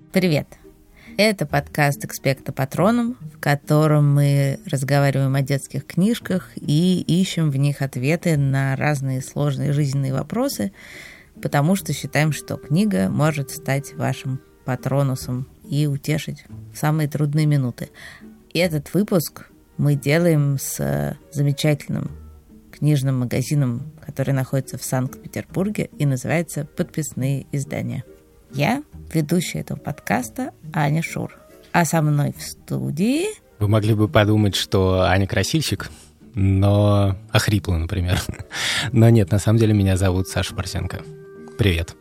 Привет! Это подкаст «Экспекто Патронум», в котором мы разговариваем о детских книжках и ищем в них ответы на разные сложные жизненные вопросы, потому что считаем, что книга может стать вашим патронусом и утешить в самые трудные минуты. И этот выпуск мы делаем с замечательным книжным магазином, который находится в Санкт-Петербурге и называется «Подписные издания». Я ведущая этого подкаста Аня Шур. А со мной в студии... Вы могли бы подумать, что Аня красильщик, но охрипла, например. Но нет, на самом деле меня зовут Саша Парсенко. Привет.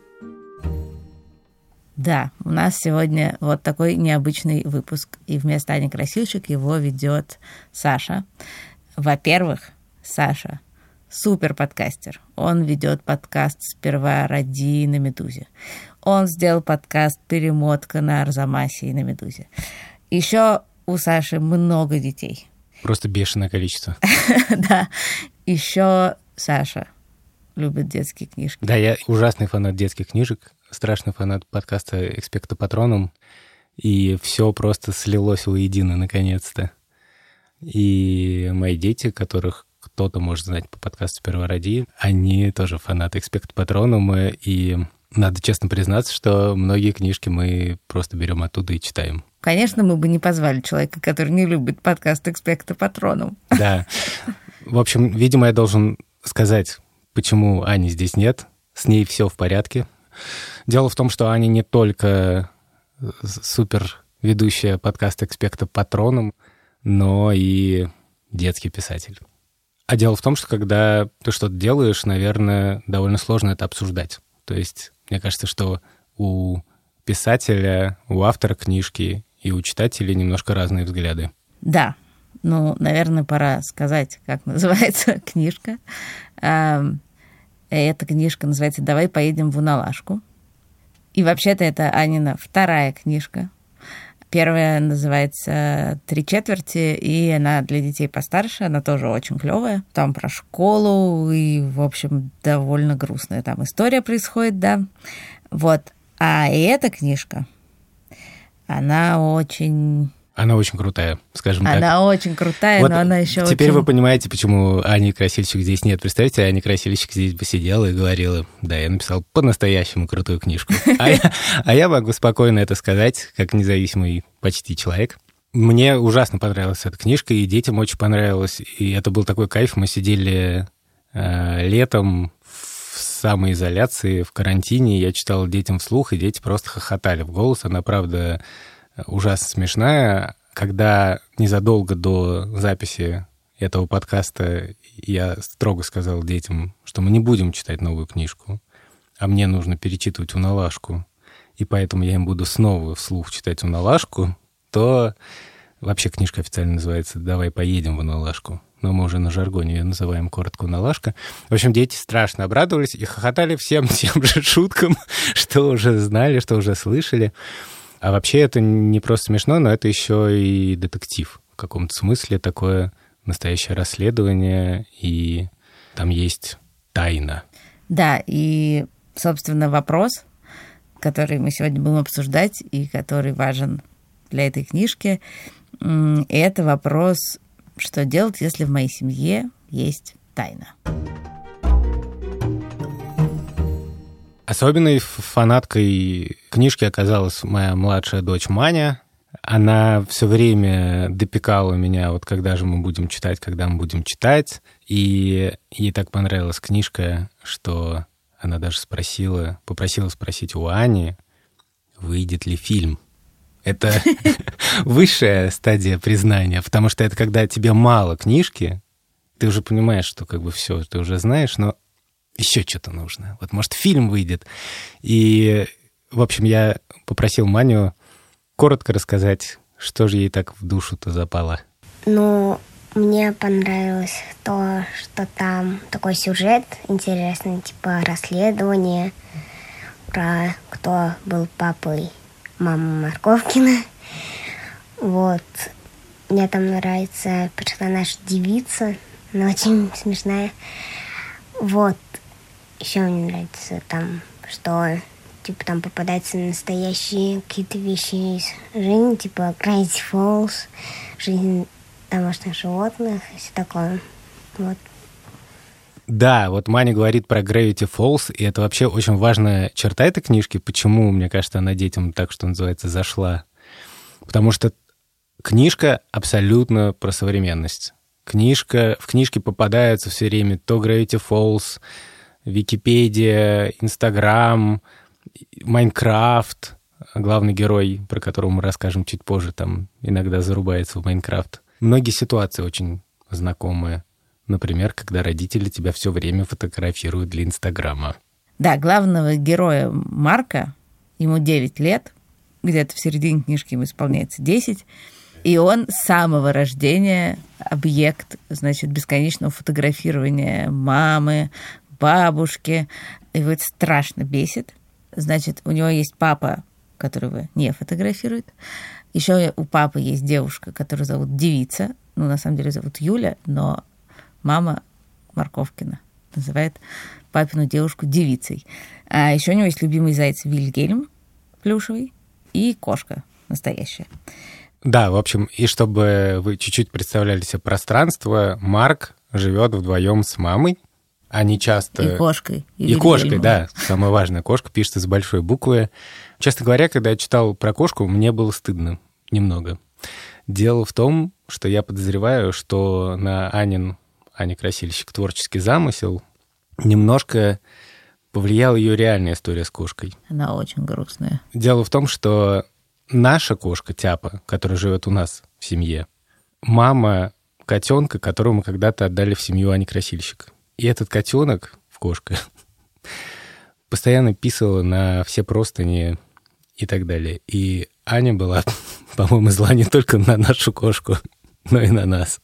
Да, у нас сегодня вот такой необычный выпуск. И вместо Ани красильщик его ведет Саша. Во-первых, Саша супер подкастер. Он ведет подкаст «Сперва роди» на «Медузе». Он сделал подкаст «Перемотка» на Арзамасе и на «Медузе». Еще у Саши много детей. Просто бешеное количество. Да. Еще Саша любит детские книжки. Да, я ужасный фанат детских книжек, страшный фанат подкаста «Экспекто Патронум». И все просто слилось воедино, наконец-то. И мои дети, которых кто-то может знать по подкасту «Сперва роди», они тоже фанаты «Экспекто Патронума», и надо честно признаться, что многие книжки мы просто берем оттуда и читаем. Конечно, мы бы не позвали человека, который не любит подкаст «Экспекто Патронум». Да. В общем, видимо, я должен сказать, почему Ани здесь нет. С ней все в порядке. Дело в том, что Аня не только супер ведущая подкаста «Экспекто Патронум», но и детский писатель. А дело в том, что когда ты что-то делаешь, наверное, довольно сложно это обсуждать. То есть мне кажется, что у писателя, у автора книжки и у читателей немножко разные взгляды. Да, ну, наверное, пора сказать, как называется книжка. Эта книжка называется «Давай поедем в Уналашку». И вообще-то это Анина вторая книжка. Первая называется «Три четверти», и она для детей постарше, она тоже очень клевая. Там про школу, и, в общем, довольно грустная там история происходит, да. Вот. А эта книжка, она очень крутая, скажем так. Она очень крутая, вот, но она еще теперь очень... вы понимаете, почему Ани Красильщик здесь нет. Представьте, Аня Красильщик здесь бы сидела и говорила: да, я написал по-настоящему крутую книжку. А я могу спокойно это сказать, как независимый почти человек. Мне ужасно понравилась эта книжка, и детям очень понравилось. И это был такой кайф. Мы сидели летом в самоизоляции, в карантине. Я читал детям вслух, и дети просто хохотали в голос. Она, правда, ужасно смешная. Когда незадолго до записи этого подкаста я строго сказал детям, что мы не будем читать новую книжку, а мне нужно перечитывать «Уналашку», и поэтому я им буду снова вслух читать «Уналашку», то вообще книжка официально называется «Давай поедем в Уналашку», но мы уже на жаргоне ее называем коротко «Уналашка». В общем, дети страшно обрадовались и хохотали всем тем же шуткам, что уже знали, что уже слышали. А вообще это не просто смешно, но это еще и детектив в каком-то смысле, такое настоящее расследование, и там есть тайна. Да, и, собственно, вопрос, который мы сегодня будем обсуждать и который важен для этой книжки, это вопрос, что делать, если в моей семье есть тайна. Особенной фанаткой книжки оказалась моя младшая дочь Маня. Она все время допекала меня, вот когда же мы будем читать, когда мы будем читать. И ей так понравилась книжка, что она даже попросила спросить у Ани, выйдет ли фильм. Это высшая стадия признания, потому что это когда тебе мало книжки, ты уже понимаешь, что как бы все, ты уже знаешь, но еще что-то нужно. Вот, может, фильм выйдет. И, в общем, я попросил Маню коротко рассказать, что же ей так в душу-то запало. Ну, мне понравилось то, что там такой сюжет интересный, типа расследование про кто был папой мамы Морковкина. Вот. Мне там нравится персонаж девица, она очень смешная. Вот. Еще мне нравится там, что типа там попадаются настоящие какие-то вещи из жизни, типа Gravity Falls, жизнь домашних животных и все такое. Вот. Да, вот Маня говорит про Gravity Falls, и это вообще очень важная черта этой книжки. Почему, мне кажется, она детям так, что называется, зашла? Потому что книжка абсолютно про современность. В книжке попадаются все время то Gravity Falls, Википедия, Инстаграм, Майнкрафт. Главный герой, про которого мы расскажем чуть позже, там иногда зарубается в Майнкрафт. Многие ситуации очень знакомые. Например, когда родители тебя все время фотографируют для Инстаграма. Да, главного героя Марка, ему 9 лет, где-то в середине книжки ему исполняется 10, и он с самого рождения объект, значит, бесконечного фотографирования мамы, бабушки. Его это страшно бесит. Значит, у него есть папа, которого не фотографирует. Еще у папы есть девушка, которую зовут Девица. Ну, на самом деле зовут Юля, но мама Марковкина называет папину девушку Девицей. А еще у него есть любимый заяц Вильгельм плюшевый и кошка настоящая. Да, в общем, и чтобы вы чуть-чуть представляли себе пространство, Марк живет вдвоем с мамой. Они часто... И кошкой. И кошкой, да. Самое важное, кошка пишется с большой буквы. Честно говоря, когда я читал про кошку, мне было стыдно немного. Дело в том, что я подозреваю, что на Ани Красильщик творческий замысел немножко повлияла ее реальная история с кошкой. Она очень грустная. Дело в том, что наша кошка Тяпа, которая живет у нас в семье, мама котенка, которого мы когда-то отдали в семью Ани Красильщик. И этот котенок, кошка, постоянно писала на все простыни и так далее. И Аня была, по-моему, зла не только на нашу кошку, но и на нас.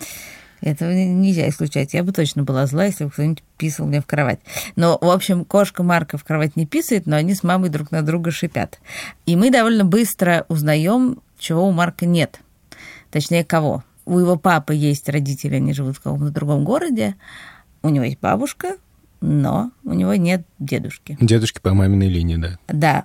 Этого нельзя исключать. Я бы точно была зла, если бы кто-нибудь писал мне в кровать. Но, в общем, кошка Марка в кровать не писает, но они с мамой друг на друга шипят. И мы довольно быстро узнаем, чего у Марка нет. Точнее, кого. У его папы есть родители, они живут в каком-то другом городе. У него есть бабушка, но у него нет дедушки. Дедушки по маминой линии, да. Да.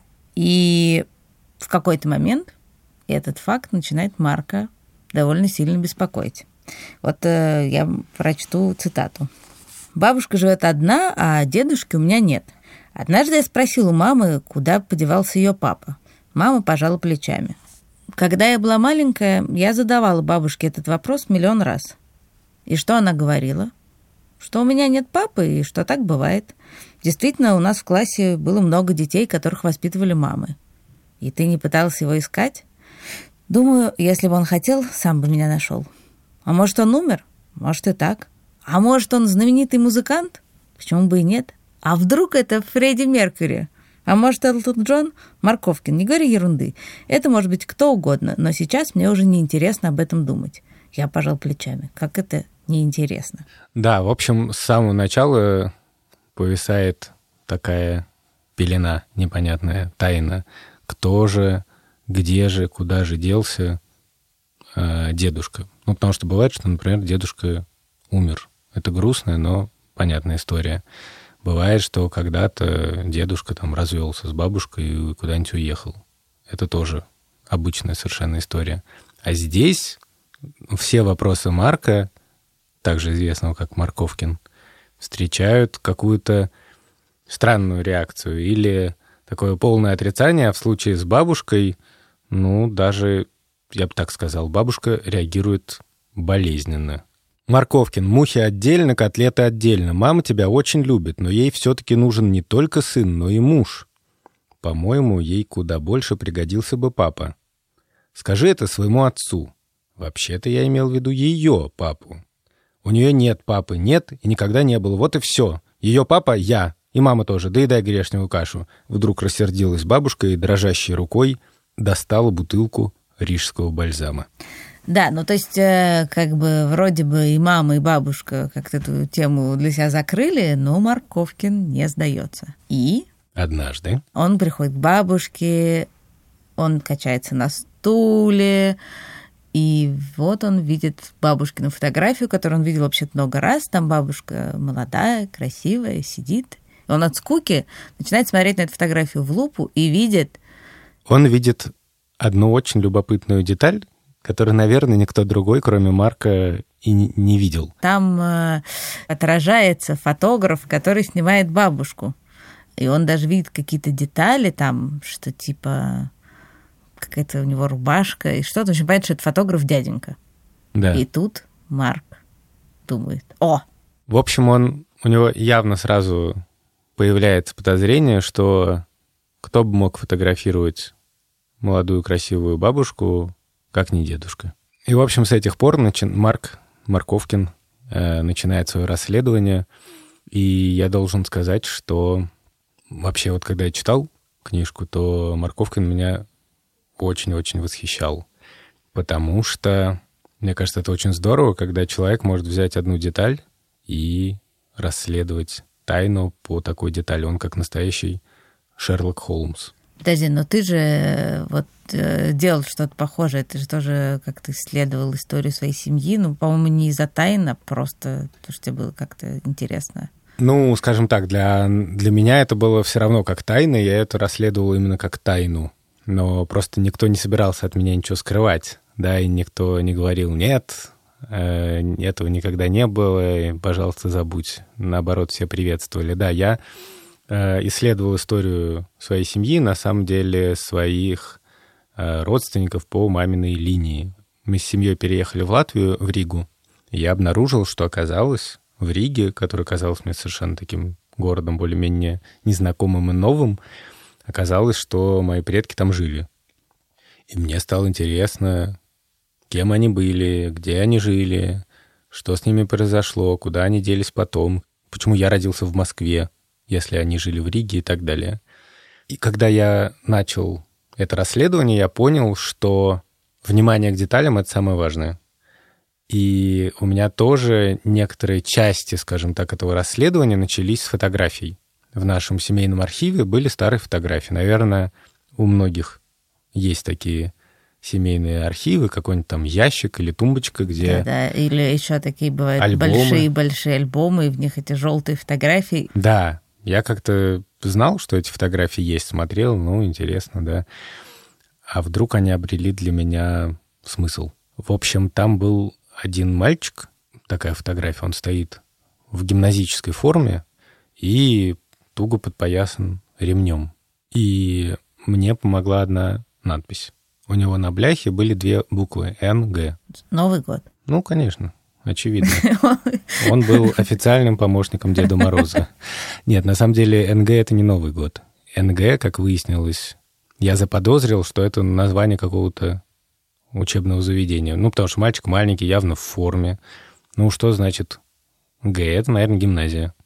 И в какой-то момент этот факт начинает Марка довольно сильно беспокоить. Вот я прочту цитату. «Бабушка живет одна, а дедушки у меня нет. Однажды я спросила у мамы, куда подевался ее папа. Мама пожала плечами. Когда я была маленькая, я задавала бабушке этот вопрос миллион раз. И что она говорила? Что у меня нет папы и что так бывает. Действительно, у нас в классе было много детей, которых воспитывали мамы. И ты не пытался его искать? Думаю, если бы он хотел, сам бы меня нашел. А может, он умер? Может, и так. А может, он знаменитый музыкант? Почему бы и нет? А вдруг это Фредди Меркьюри? А может, Элтон Джон? Марковкин, не говори ерунды. Это может быть кто угодно, но сейчас мне уже неинтересно об этом думать. Я пожал плечами. Как это неинтересно? Да, в общем, с самого начала повисает такая пелена непонятная, тайна. Кто же, где же, куда же делся дедушка? Ну, потому что бывает, что, например, дедушка умер. Это грустная, но понятная история. Бывает, что когда-то дедушка там развелся с бабушкой и куда-нибудь уехал. Это тоже обычная совершенно история. А здесь все вопросы Марка, также известного как Марковкин, встречают какую-то странную реакцию или такое полное отрицание. А в случае с бабушкой, ну, даже, я бы так сказал, бабушка реагирует болезненно. Марковкин. Мухи отдельно, котлеты отдельно. Мама тебя очень любит, но ей все-таки нужен не только сын, но и муж. По-моему, ей куда больше пригодился бы папа. Скажи это своему отцу. Вообще-то я имел в виду ее папу. У нее нет папы, нет и никогда не было. Вот и все. Ее папа — я. И мама тоже. Доедай грешневую кашу. Вдруг рассердилась бабушка и дрожащей рукой достала бутылку рижского бальзама. Да, ну то есть как бы вроде бы и мама, и бабушка как-то эту тему для себя закрыли, но Марковкин не сдается. И однажды он приходит к бабушке, он качается на стуле, и вот он видит бабушкину фотографию, которую он видел вообще-то много раз. Там бабушка молодая, красивая, сидит Он от скуки начинает смотреть на эту фотографию в лупу и видит... Он видит одну очень любопытную деталь, которую, наверное, никто другой, кроме Марка, и не видел. Там отражается фотограф, который снимает бабушку. И он даже видит какие-то детали там, что типа какая-то у него рубашка и что-то. Очень понятно, что это фотограф-дяденька. Да. И тут Марк думает: В общем, у него явно сразу появляется подозрение, что кто бы мог фотографировать молодую красивую бабушку, как не дедушка. И, в общем, с этих пор Марк Марковкин начинает свое расследование. И я должен сказать, что вообще вот когда я читал книжку, то Марковкин меня очень-очень восхищал. Потому что, мне кажется, это очень здорово, когда человек может взять одну деталь и расследовать тайну по такой детали. Он как настоящий Шерлок Холмс. Подожди, но ты же вот делал что-то похожее. Ты же тоже как-то исследовал историю своей семьи. Ну, по-моему, не из-за тайны, а просто потому что тебе было как-то интересно. Ну, скажем так, для меня это было все равно как тайна. Я это расследовал именно как тайну. Но просто никто не собирался от меня ничего скрывать. Да, и никто не говорил: нет, этого никогда не было, пожалуйста, забудь. Наоборот, все приветствовали. Да, я исследовал историю своей семьи, на самом деле своих родственников по маминой линии. Мы с семьей переехали в Латвию, в Ригу, и я обнаружил, что оказалось в Риге, который казался мне совершенно таким городом более-менее незнакомым и новым, оказалось, что мои предки там жили. И мне стало интересно, кем они были, где они жили, что с ними произошло, куда они делись потом, почему я родился в Москве, если они жили в Риге и так далее. И когда я начал это расследование, я понял, что внимание к деталям — это самое важное. И у меня тоже некоторые части, скажем так, этого расследования начались с фотографий. В нашем семейном архиве были старые фотографии. Наверное, у многих есть такие семейные архивы, какой-нибудь там ящик или тумбочка, где... Да, или еще такие бывают альбомы. Большие-большие альбомы, и в них эти желтые фотографии. Да, я как-то знал, что эти фотографии есть, смотрел, интересно, да. А вдруг они обрели для меня смысл? В общем, там был один мальчик, такая фотография, он стоит в гимназической форме и туго подпоясан ремнем. И мне помогла одна надпись. У него на бляхе были 2 буквы НГ. Новый год. Ну, конечно, очевидно. Он был официальным помощником Деда Мороза. Нет, на самом деле НГ — это не Новый год. НГ, как выяснилось, я заподозрил, что это название какого-то учебного заведения. Потому что мальчик маленький, явно в форме. Что значит Г? Это, наверное, гимназия.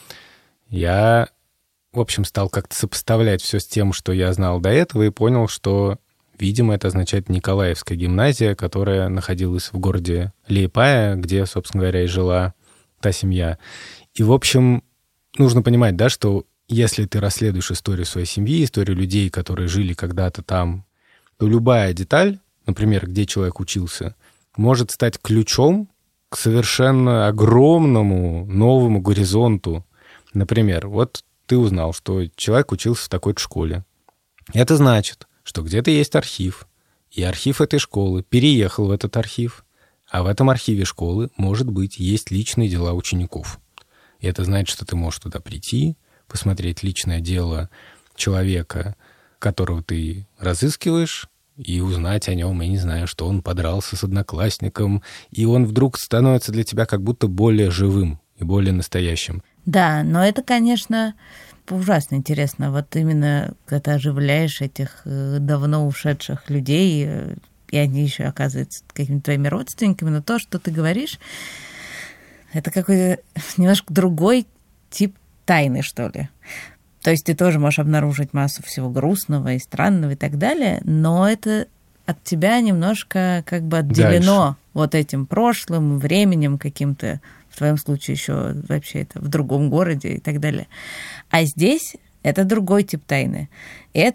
Я, в общем, стал как-то сопоставлять все с тем, что я знал до этого, и понял, что, видимо, это означает Николаевская гимназия, которая находилась в городе Лиепая, где, собственно говоря, и жила та семья. И, в общем, нужно понимать, да, что если ты расследуешь историю своей семьи, историю людей, которые жили когда-то там, то любая деталь, например, где человек учился, может стать ключом к совершенно огромному новому горизонту. Например, вот ты узнал, что человек учился в такой-то школе. Это значит, что где-то есть архив, и архив этой школы переехал в этот архив, а в этом архиве школы, может быть, есть личные дела учеников. И это значит, что ты можешь туда прийти, посмотреть личное дело человека, которого ты разыскиваешь, и узнать о нем, я не знаю, что он подрался с одноклассником, и он вдруг становится для тебя как будто более живым и более настоящим. Да, но это, конечно, ужасно интересно. Вот именно, когда ты оживляешь этих давно ушедших людей, и они еще оказываются какими-то твоими родственниками, но то, что ты говоришь, это какой-то немножко другой тип тайны, что ли. То есть ты тоже можешь обнаружить массу всего грустного и странного и так далее, но это от тебя немножко как бы отделено дальше вот этим прошлым, временем каким-то, в твоем случае еще вообще это в другом городе и так далее. А здесь это другой тип тайны. Это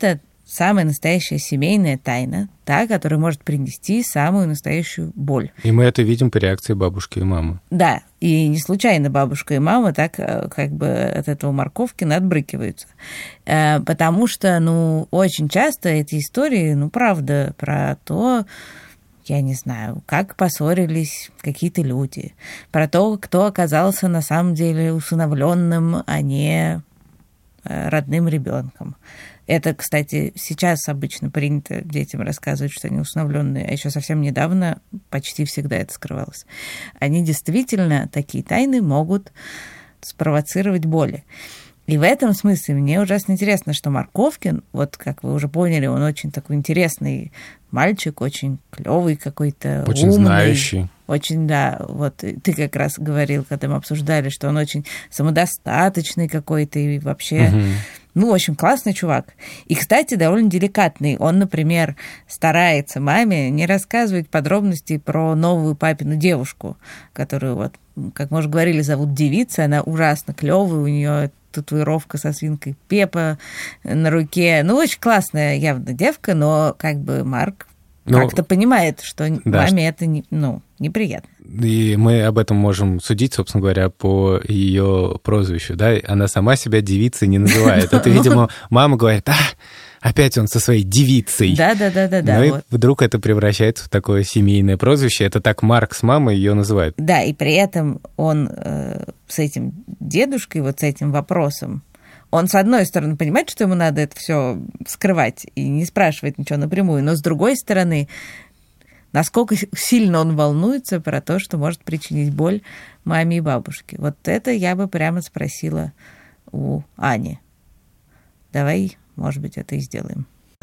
самая настоящая семейная тайна, та, которая может принести самую настоящую боль. И мы это видим по реакции бабушки и мамы. Да, и не случайно бабушка и мама так как бы от этого Марковкина отбрыкиваются. Потому что, очень часто эти истории, правда, про то, я не знаю, как поссорились какие-то люди, про то, кто оказался на самом деле усыновленным, а не родным ребенком. Это, кстати, сейчас обычно принято детям рассказывать, что они усыновленные, а еще совсем недавно почти всегда это скрывалось. Они действительно, такие тайны могут спровоцировать боли. И в этом смысле мне ужасно интересно, что Марковкин, вот как вы уже поняли, он очень такой интересный мальчик, очень клевый какой-то, очень умный, знающий. Очень, да, вот ты как раз говорил, когда мы обсуждали, что он очень самодостаточный какой-то и вообще, в общем, классный чувак. И, кстати, довольно деликатный. Он, например, старается маме не рассказывать подробностей про новую папину девушку, которую, вот, как мы уже говорили, зовут Девица, она ужасно клевая, у нее татуировка со свинкой Пеппа на руке. Очень классная явно девка, но как бы Марк как-то понимает, что маме это неприятно. И мы об этом можем судить, собственно говоря, по ее прозвищу, да? Она сама себя девицей не называет. Это, видимо, мама говорит, опять он со своей девицей. Да. И вдруг это превращается в такое семейное прозвище. Это так Марк с мамой ее называют. Да, и при этом он с этим дедушкой, вот с этим вопросом, он, с одной стороны, понимает, что ему надо это все скрывать и не спрашивать ничего напрямую, но с другой стороны, насколько сильно он волнуется про то, что может причинить боль маме и бабушке. Вот это я бы прямо спросила у Ани. Давай, может быть, это и сделаем.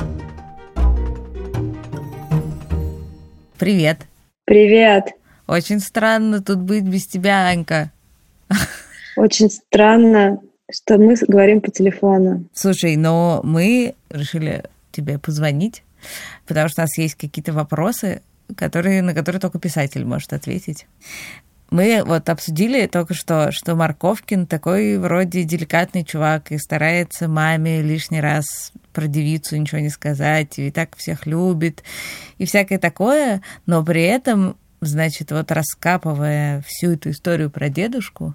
Привет. Привет. Очень странно тут быть без тебя, Анька. Очень странно, что мы говорим по телефону. Слушай, но мы решили тебе позвонить, потому что у нас есть какие-то вопросы, на которые только писатель может ответить. Мы вот обсудили только что Марковкин такой вроде деликатный чувак и старается маме лишний раз про девицу ничего не сказать, и так всех любит, и всякое такое, но при этом, значит, вот раскапывая всю эту историю про дедушку,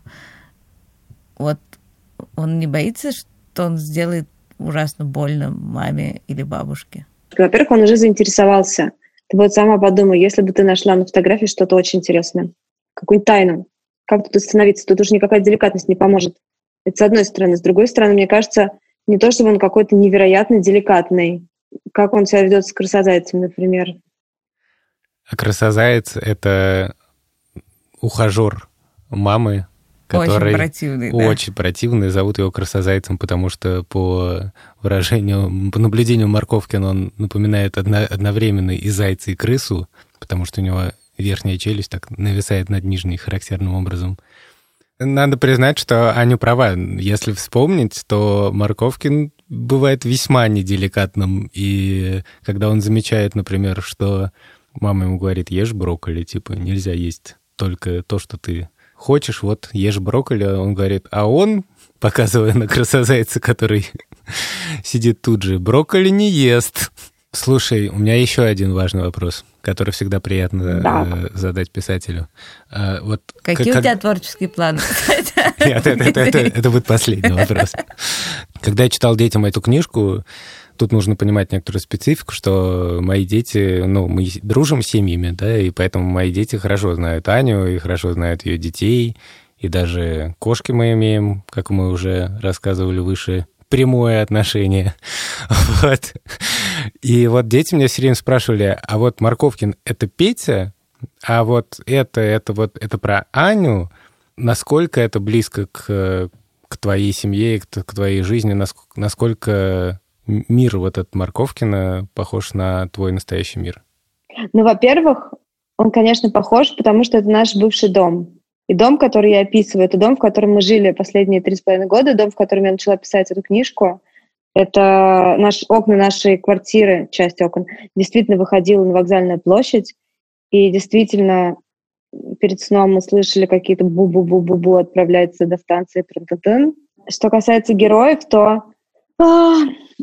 вот он не боится, что он сделает ужасно больно маме или бабушке? Во-первых, он уже заинтересовался. Ты вот сама подумай, если бы ты нашла на фотографии что-то очень интересное, какую-нибудь тайну, как тут остановиться? Тут уже никакая деликатность не поможет. Это с одной стороны. С другой стороны, мне кажется, не то, чтобы он какой-то невероятно деликатный. Как он себя ведет с красозайцем, например. А красозаяц — это ухажер мамы, который очень противный, зовут его красозайцем, потому что по наблюдению Марковкина он напоминает одновременно и зайца, и крысу, потому что у него верхняя челюсть так нависает над нижней характерным образом. Надо признать, что Аня права. Если вспомнить, то Марковкин бывает весьма неделикатным, и когда он замечает, например, что мама ему говорит, ешь брокколи, типа, нельзя есть только то, что ты хочешь, вот ешь брокколи, он говорит, а он, показывая на красозайца, который сидит тут же, брокколи не ест. Слушай, у меня еще один важный вопрос, который всегда приятно задать писателю. Какие у тебя творческие планы? Нет, это будет последний вопрос. Когда я читал детям эту книжку, тут нужно понимать некоторую специфику, что мои дети, мы дружим с семьями, да, и поэтому мои дети хорошо знают Аню и хорошо знают ее детей, и даже кошки мы имеем, как мы уже рассказывали выше, прямое отношение. Вот. И вот дети меня все время спрашивали, а вот Марковкин — это Петя, а вот это про Аню, насколько это близко к твоей семье, к твоей жизни, насколько мир вот этот Марковкина похож на твой настоящий мир? Во-первых, он, конечно, похож, потому что это наш бывший дом. И дом, который я описываю, это дом, в котором мы жили последние 3,5 года, дом, в котором я начала писать эту книжку. Это окна нашей квартиры, часть окон, действительно выходила на Вокзальную площадь. И действительно, перед сном мы слышали какие-то бу-бу-бу-бу-бу, отправляется до станции. Что касается героев, то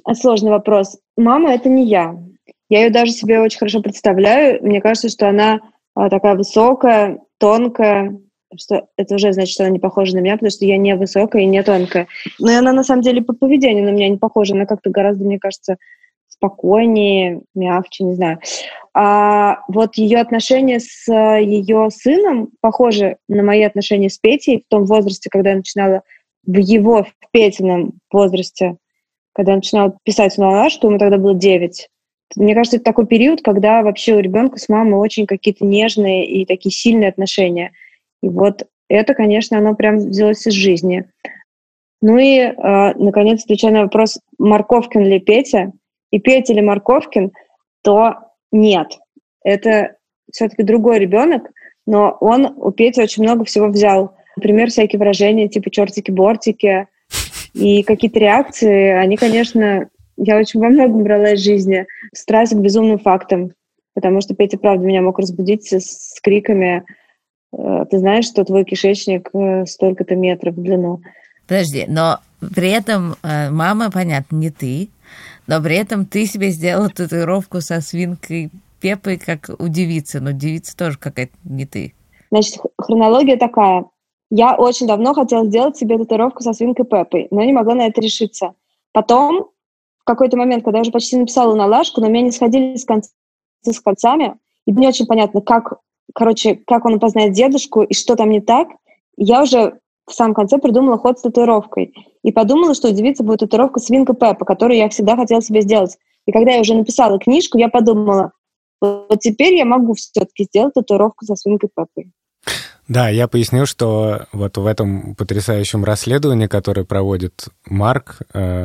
Сложный вопрос. Мама — это не я. Я ее даже себе очень хорошо представляю. Мне кажется, что она такая высокая, тонкая, что это уже значит, что она не похожа на меня, потому что я не высокая и не тонкая. Но и она на самом деле по поведению на меня не похожа. Она как-то гораздо, мне кажется, спокойнее, мягче, не знаю. А вот ее отношения с ее сыном похожи на мои отношения с Петей в том возрасте, когда я начинала, в Петином возрасте, когда я начинала писать на что ему тогда было 9. Мне кажется, это такой период, когда вообще у ребенка с мамой очень какие-то нежные и такие сильные отношения. И вот это, конечно, оно прям взялось из жизни. Ну и, наконец, отвечая на вопрос, Морковкин ли Петя, и Петя ли Морковкин, то нет. Это все-таки другой ребенок, но он у Пети очень много всего взял. Например, всякие выражения типа «чертики-бортики», и какие-то реакции, они, конечно, я очень во многом брала из жизни. Страсть к безумным фактам, потому что Петя, правда, меня мог разбудить с криками: «Ты знаешь, что твой кишечник столько-то метров в длину?» Подожди, но при этом мама, понятно, не ты, но при этом ты себе сделала татуировку со свинкой Пеппой, как у девицы, но девица тоже какая-то не ты. Значит, хронология такая. Я очень давно хотела сделать себе татуировку со свинкой Пеппой, но не могла на это решиться. Потом, в какой-то момент, когда я уже почти написала Уналашку, но у меня не сходились концы с концами, и не очень понятно, как он опознает дедушку и что там не так, я уже в самом конце придумала ход с татуировкой. И подумала, что у девицы будет татуировка свинка Пеппа, которую я всегда хотела себе сделать. И когда я уже написала книжку, я подумала, вот теперь я могу все-таки сделать татуировку со свинкой Пеппой. Да, я поясню, что вот в этом потрясающем расследовании, которое проводит Марк,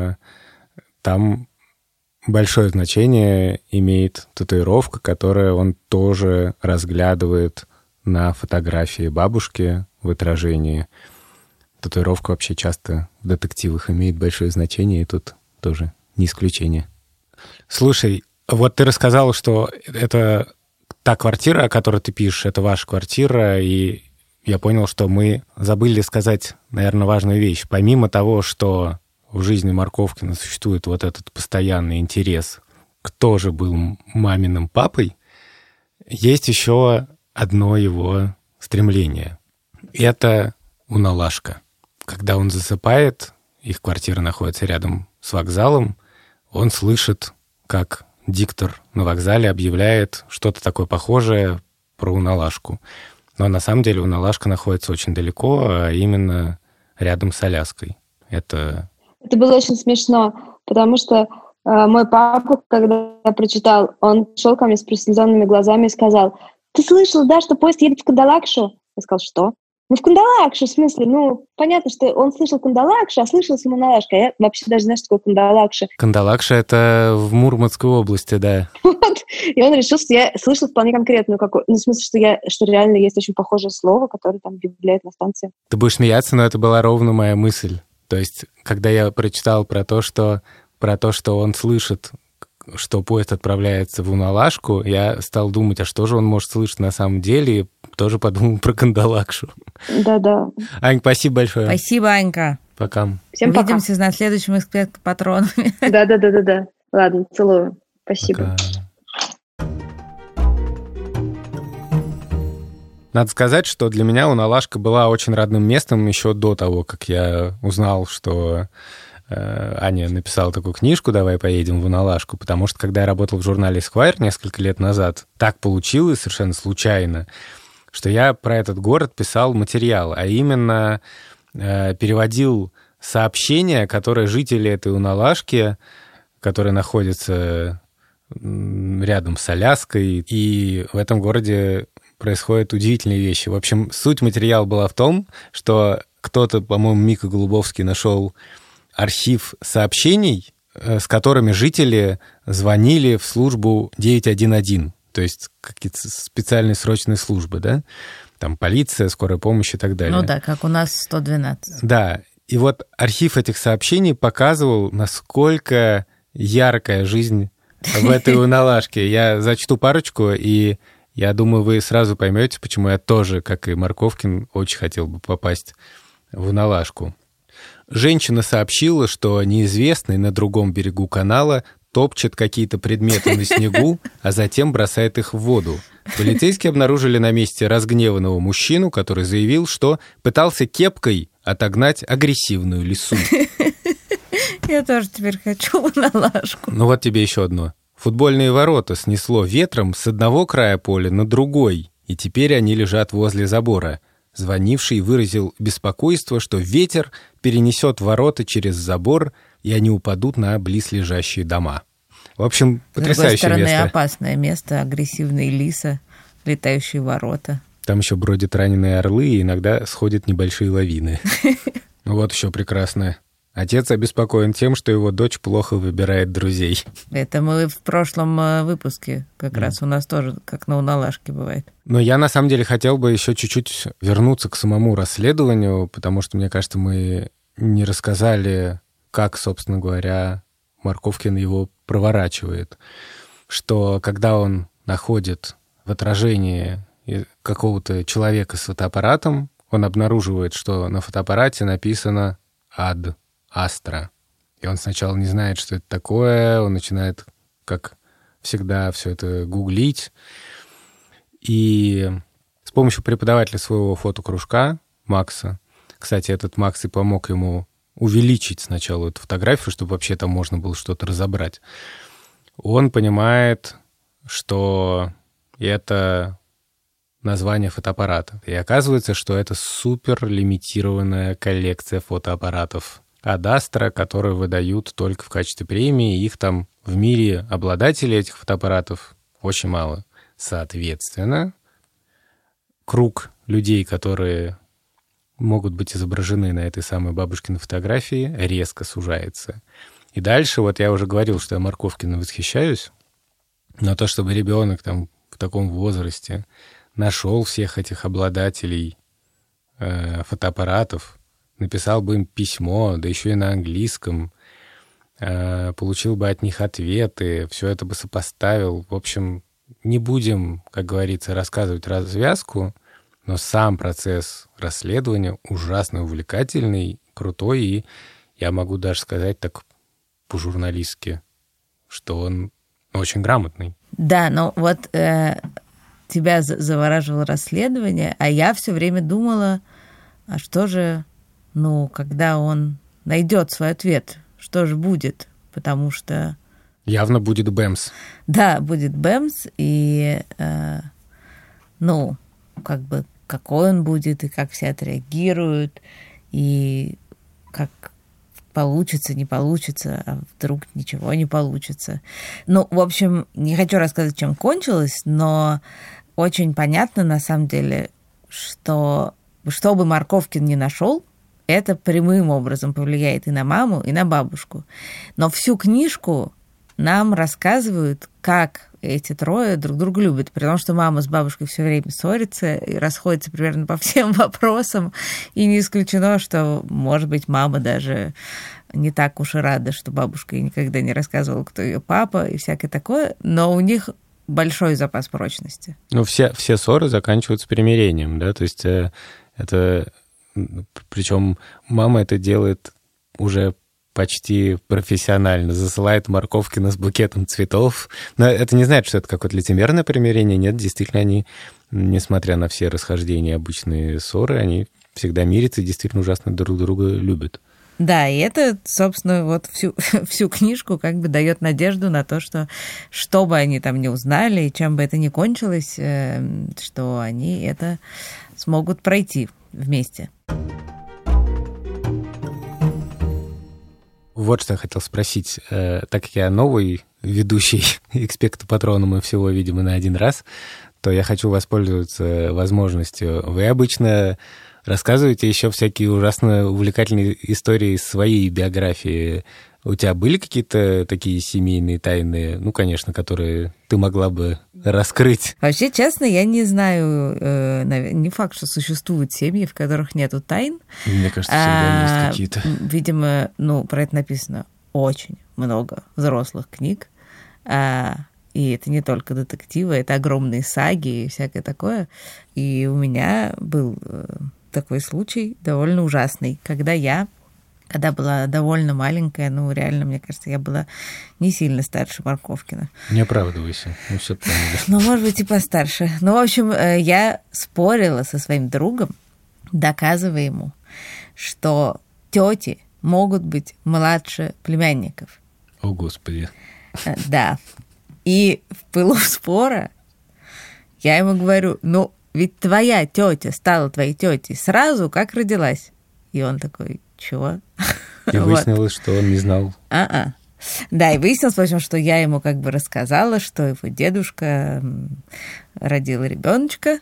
там большое значение имеет татуировка, которую он тоже разглядывает на фотографии бабушки в отражении. Татуировка вообще часто в детективах имеет большое значение, и тут тоже не исключение. Слушай, вот ты рассказал, что это та квартира, о которой ты пишешь, это ваша квартира, и я понял, что мы забыли сказать, наверное, важную вещь. Помимо того, что в жизни Морковкина существует вот этот постоянный интерес, кто же был маминым папой, есть еще одно его стремление. Это Уналашка. Когда он засыпает, их квартира находится рядом с вокзалом, он слышит, как диктор на вокзале объявляет что-то такое похожее про Уналашку. Но на самом деле Уналашка находится очень далеко, а именно рядом с Аляской. Это было очень смешно, потому что мой папа, когда прочитал, он шел ко мне с прослезенными глазами и сказал: «Ты слышал, да, что поезд едет в Кандалакшу?» Я сказал: «Что?» «Ну, в Кандалакшу, в смысле, понятно, что он слышал Кандалакшу, а слышалась ему Уналашка. Я вообще даже знаю, что такое Кандалакша». Кандалакша — это в Мурманской области, да. Вот. И он решил, что я слышала вполне конкретную в смысле, что реально есть очень похожее слово, которое там объявляет на станции. Ты будешь смеяться, но это была ровно моя мысль. То есть, когда я прочитал про то, что он слышит, что поезд отправляется в Уналашку, я стал думать, а что же он может слышать на самом деле, и тоже подумал про Кандалакшу. Да-да. Ань, спасибо большое. Спасибо, Анька. Пока. Всем пока. Увидимся на следующем «Эксперт патронами». Да. Ладно, целую. Спасибо. Пока. Надо сказать, что для меня Уналашка была очень родным местом еще до того, как я узнал, что Аня написала такую книжку «Давай поедем в Уналашку», потому что, когда я работал в журнале Esquire несколько лет назад, так получилось совершенно случайно, что я про этот город писал материал, а именно переводил сообщения, которые жители этой Уналашки, которые находятся рядом с Аляской, и в этом городе происходят удивительные вещи. В общем, суть материала была в том, что кто-то, по-моему, Мика Голубовский, нашел архив сообщений, с которыми жители звонили в службу 911, то есть какие-то специальные срочные службы, да? Там полиция, скорая помощь и так далее. Ну да, как у нас 112. Да, и вот архив этих сообщений показывал, насколько яркая жизнь в этой Уналашке. Я зачту парочку, и я думаю, вы сразу поймете, почему я тоже, как и Морковкин, очень хотел бы попасть в Уналашку. Женщина сообщила, что неизвестный на другом берегу канала топчет какие-то предметы на снегу, а затем бросает их в воду. Полицейские обнаружили на месте разгневанного мужчину, который заявил, что пытался кепкой отогнать агрессивную лису. Я тоже теперь хочу водолазку. Ну вот тебе еще одно. Футбольные ворота снесло ветром с одного края поля на другой, и теперь они лежат возле забора. Звонивший выразил беспокойство, что ветер перенесет ворота через забор, и они упадут на близлежащие дома. В общем, потрясающее место. С другой стороны, опасное место, агрессивные лисы, летающие ворота. Там еще бродят раненые орлы, и иногда сходят небольшие лавины. Вот еще прекрасное. Отец обеспокоен тем, что его дочь плохо выбирает друзей. Это мы в прошлом выпуске как раз у нас тоже, как на Уналашке бывает. Но я, на самом деле, хотел бы еще чуть-чуть вернуться к самому расследованию, потому что, мне кажется, мы не рассказали, как, собственно говоря, Марковкин его проворачивает. Что когда он находит в отражении какого-то человека с фотоаппаратом, он обнаруживает, что на фотоаппарате написано «Ад Астра». И он сначала не знает, что это такое, он начинает, как всегда, все это гуглить. И с помощью преподавателя своего фотокружка, Макса, кстати, этот Макс и помог ему увеличить сначала эту фотографию, чтобы вообще там можно было что-то разобрать, он понимает, что это название фотоаппарата. И оказывается, что это суперлимитированная коллекция фотоаппаратов Ад Астра, которые выдают только в качестве премии. Их там в мире обладателей этих фотоаппаратов очень мало. Соответственно, круг людей, которые могут быть изображены на этой самой бабушкиной фотографии, резко сужается. И дальше, вот я уже говорил, что я Марковкиным восхищаюсь, но то, чтобы ребенок там в таком возрасте нашел всех этих обладателей фотоаппаратов, написал бы им письмо, да еще и на английском, получил бы от них ответы, все это бы сопоставил. В общем, не будем, как говорится, рассказывать развязку, но сам процесс расследования ужасно увлекательный, крутой, и я могу даже сказать так по-журналистски, что он очень грамотный. Да, но вот тебя завораживало расследование, а я все время думала, а что же, когда он найдет свой ответ, что же будет, потому что... Явно будет Бэмс. Да, будет Бэмс, и, какой он будет, и как все отреагируют, и как получится, не получится, а вдруг ничего не получится. В общем, не хочу рассказывать, чем кончилось, но очень понятно, на самом деле, что бы Марковкин ни нашел, это прямым образом повлияет и на маму, и на бабушку. Но всю книжку нам рассказывают, как эти трое друг друга любят, при том, что мама с бабушкой все время ссорится и расходится примерно по всем вопросам, и не исключено, что, может быть, мама даже не так уж и рада, что бабушка ей никогда не рассказывала, кто ее папа, и всякое такое, но у них большой запас прочности. Все ссоры заканчиваются примирением, да, то есть это... Причем мама это делает уже почти профессионально, засылает Марковкина с букетом цветов. Но это не значит, что это какое-то лицемерное примирение. Нет, действительно, они, несмотря на все расхождения, обычные ссоры, они всегда мирятся и действительно ужасно друг друга любят. Да, и это, собственно, вот всю книжку как бы дает надежду на то, что бы они там ни узнали, и чем бы это ни кончилось, что они это смогут пройти вместе. Вот что я хотел спросить. Так как я новый ведущий «Экспекта Патрону», мы всего видим на один раз, то я хочу воспользоваться возможностью. Вы обычно рассказываете еще всякие ужасно увлекательные истории из своей биографии. У тебя были какие-то такие семейные тайны, конечно, которые ты могла бы раскрыть? Вообще, честно, я не знаю, не факт, что существуют семьи, в которых нету тайн. Мне кажется, всегда есть какие-то. Видимо, про это написано очень много взрослых книг. И это не только детективы, это огромные саги и всякое такое. И у меня был такой случай довольно ужасный, когда я когда была довольно маленькая, ну, реально, мне кажется, я была не сильно старше Марковкина. Не оправдывайся, мы все поняли. Ну, может быть, и постарше. Ну, в общем, я спорила со своим другом, доказывая ему, что тети могут быть младше племянников. О, Господи. Да. И в пылу спора я ему говорю, ну, ведь твоя тетя стала твоей тетей сразу, как родилась. И он такой, чего? И выяснилось, что он не знал. Да, и выяснилось, в общем, что я ему как бы рассказала, что его дедушка родил ребеночка.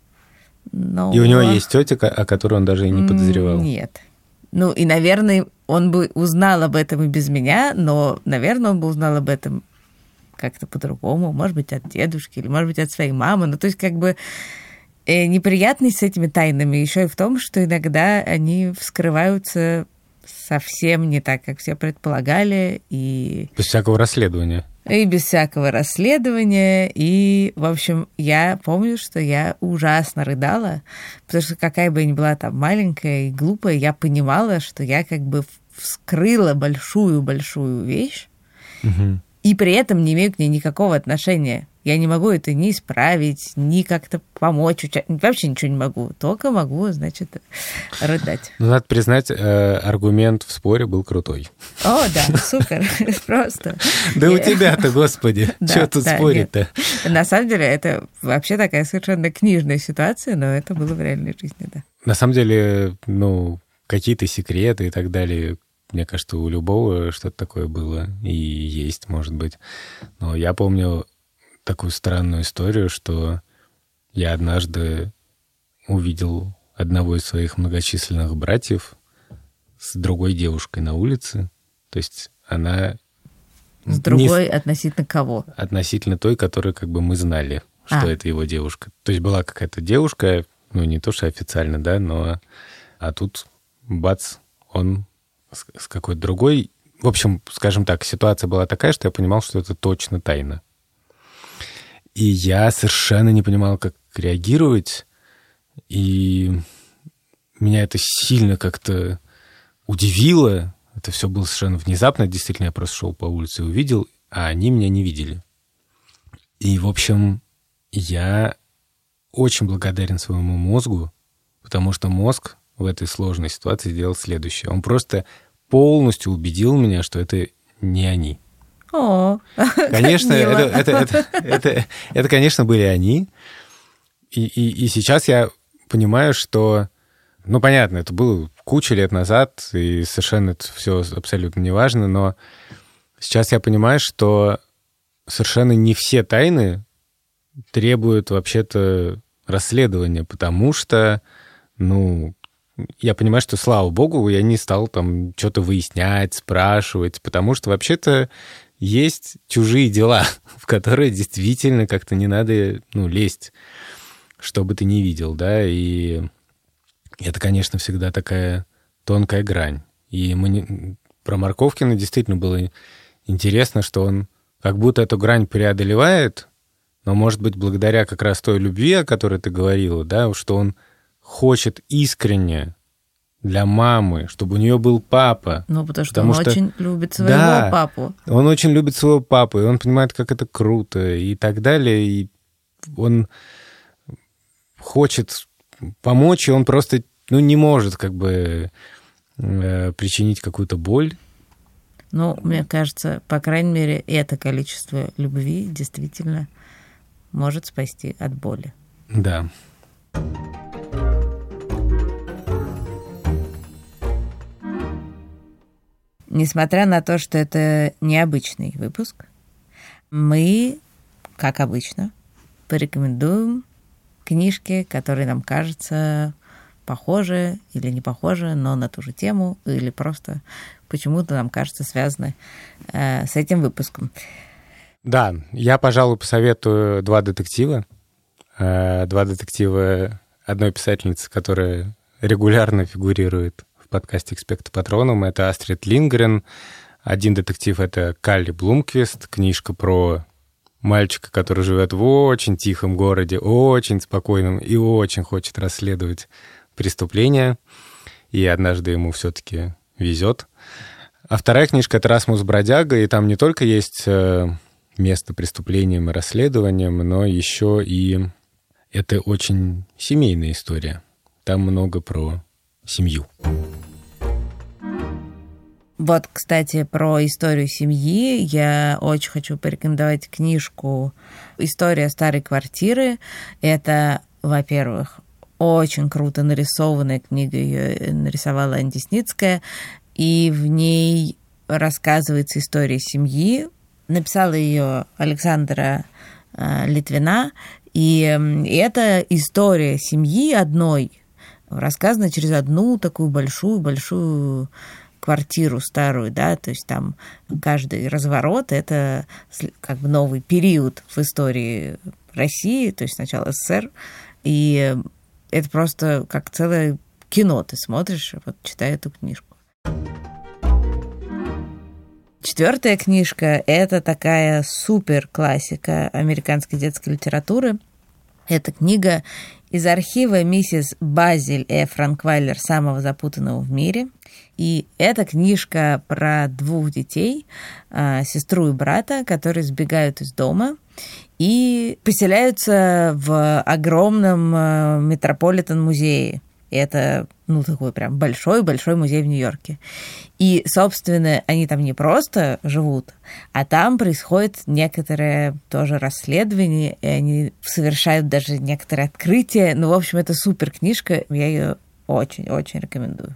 Но... И у него есть тетя, о которой он даже и не подозревал. Нет. Ну, и, наверное, он бы узнал об этом и без меня, но, наверное, он бы узнал об этом как-то по-другому, может быть, от дедушки или, может быть, от своей мамы. Ну, то есть, как бы неприятность с этими тайнами еще и в том, что иногда они вскрываются совсем не так, как все предполагали. И... Без всякого расследования. И без всякого расследования. И, в общем, я помню, что я ужасно рыдала, потому что какая бы я ни была там маленькая и глупая, я понимала, что я как бы вскрыла большую-большую вещь, и при этом не имею к ней никакого отношения. Я не могу это ни исправить, ни как-то помочь. Вообще ничего не могу. Только могу, значит, рыдать. Ну, надо признать, аргумент в споре был крутой. О, да, супер. Просто. Да у тебя-то, Господи, что тут спорить-то? На самом деле, это вообще такая совершенно книжная ситуация, но это было в реальной жизни, да. На самом деле, ну, какие-то секреты и так далее, мне кажется, у любого что-то такое было и есть, может быть. Но я помню такую странную историю, что я однажды увидел одного из своих многочисленных братьев с другой девушкой на улице. То есть она... С другой относительно кого? Относительно той, которой как бы мы знали, что это его девушка. То есть была какая-то девушка, ну не то, что официально, да, но... А тут, бац, он с какой-то другой... В общем, скажем так, ситуация была такая, что я понимал, что это точно тайна. И я совершенно не понимал, как реагировать, и меня это сильно как-то удивило. Это все было совершенно внезапно. Действительно, я просто шел по улице и увидел, а они меня не видели. И, в общем, я очень благодарен своему мозгу, потому что мозг в этой сложной ситуации сделал следующее. Он просто полностью убедил меня, что это не они. Конечно, это, конечно, были они. И сейчас я понимаю, что, ну, понятно, это было кучу лет назад, и совершенно это все абсолютно неважно, но сейчас я понимаю, что совершенно не все тайны требуют вообще-то расследования, потому что, ну, я понимаю, что, слава богу, я не стал там что-то выяснять, спрашивать, потому что вообще-то есть чужие дела, в которые действительно как-то не надо, ну, лезть, что бы ты ни видел, да, и это, конечно, всегда такая тонкая грань. И про Марковкина действительно было интересно, что он как будто эту грань преодолевает, но, может быть, благодаря как раз той любви, о которой ты говорила, да, что он хочет искренне для мамы, чтобы у нее был папа. Ну, потому что он очень любит своего папу. Он очень любит своего папу, и он понимает, как это круто, и так далее. И он хочет помочь, и он просто, ну, не может как бы причинить какую-то боль. Ну, мне кажется, по крайней мере, это количество любви действительно может спасти от боли. Да. Несмотря на то, что это необычный выпуск, мы, как обычно, порекомендуем книжки, которые нам кажутся похожи или не похожи, но на ту же тему, или просто почему-то нам кажется связаны с этим выпуском. Да, я, пожалуй, посоветую два детектива. Два детектива одной писательницы, которая регулярно фигурирует в подкасте «Экспекто Патронум». Это Астрид Линдгрен. Один детектив — это Калли Блумквист, книжка про мальчика, который живет в очень тихом городе, очень спокойном и очень хочет расследовать преступления. И однажды ему все-таки везет. А вторая книжка — это «Расмус Бродяга», и там не только есть место преступлениям и расследованиям, но еще и это очень семейная история. Там много про семью. Вот, кстати, про историю семьи я очень хочу порекомендовать книжку «История старой квартиры». Это, во-первых, очень круто нарисованная книга, ее нарисовала Ань Десницкая, и в ней рассказывается история семьи. Написала ее Александра Литвина, и это история семьи одной, рассказана через одну такую большую квартиру старую, да, то есть там каждый разворот — это как бы новый период в истории России, то есть сначала СССР, и это просто как целое кино ты смотришь, вот читая эту книжку. Четвертая книжка — это такая супер классика американской детской литературы. Это книга из архива миссис Базиль Франквайлер «Самого запутанного в мире». И это книжка про двух детей, сестру и брата, которые сбегают из дома и поселяются в огромном Метрополитен-музее. Это, такой прям большой-большой музей в Нью-Йорке. И, собственно, они там не просто живут, а там происходит некоторое тоже расследование, и они совершают даже некоторые открытия. В общем, это супер книжка, я ее очень-очень рекомендую.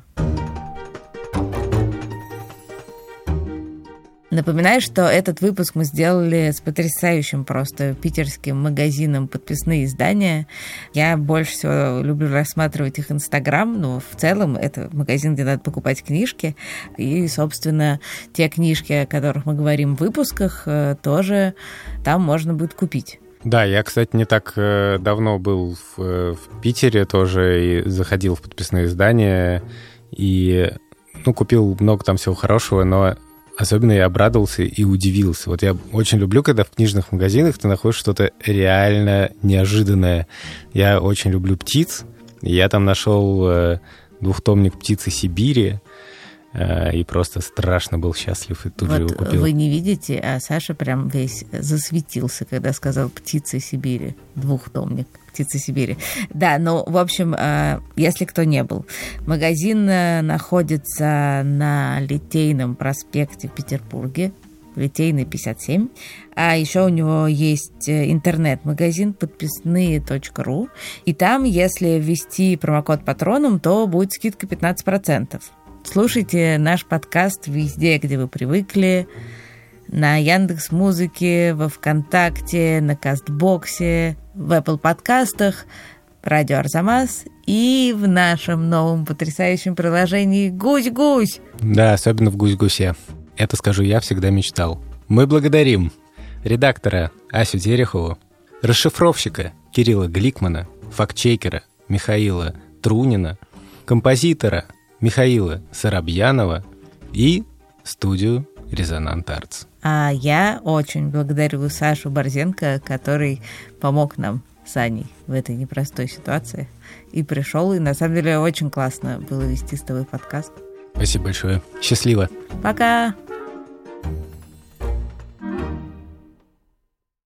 Напоминаю, что этот выпуск мы сделали с потрясающим просто питерским магазином «Подписные издания». Я больше всего люблю рассматривать их Инстаграм, но в целом это магазин, где надо покупать книжки. И, собственно, те книжки, о которых мы говорим в выпусках, тоже там можно будет купить. Да, я, кстати, не так давно был в Питере тоже и заходил в подписные издания и купил много там всего хорошего, но особенно я обрадовался и удивился. Вот я очень люблю, когда в книжных магазинах ты находишь что-то реально неожиданное. Я очень люблю птиц. Я там нашел двухтомник «Птицы Сибири», и просто страшно был счастлив, и тут же его купил. Вы не видите, а Саша прям весь засветился, когда сказал «Птицы Сибири», двухтомник «Птицы Сибири». Да, в общем, если кто не был, магазин находится на Литейном проспекте в Петербурге, Литейный, 57. А еще у него есть интернет-магазин подписные.ру, и там, если ввести промокод Патроном, то будет скидка 15%. Слушайте наш подкаст везде, где вы привыкли. На Яндекс.Музыке, во ВКонтакте, на Кастбоксе, в Apple подкастах, в Радио Арзамас и в нашем новом потрясающем приложении «Гусь-гусь». Да, особенно в «Гусь-гусе». Это, скажу я, всегда мечтал. Мы благодарим редактора Асю Терехову, расшифровщика Кирилла Гликмана, фактчекера Михаила Трунина, композитора Михаила Соробьянова и студию «Резонант Артс». А я очень благодарю Сашу Борзенко, который помог нам с Аней в этой непростой ситуации и пришел. И на самом деле очень классно было вести с тобой подкаст. Спасибо большое. Счастливо. Пока.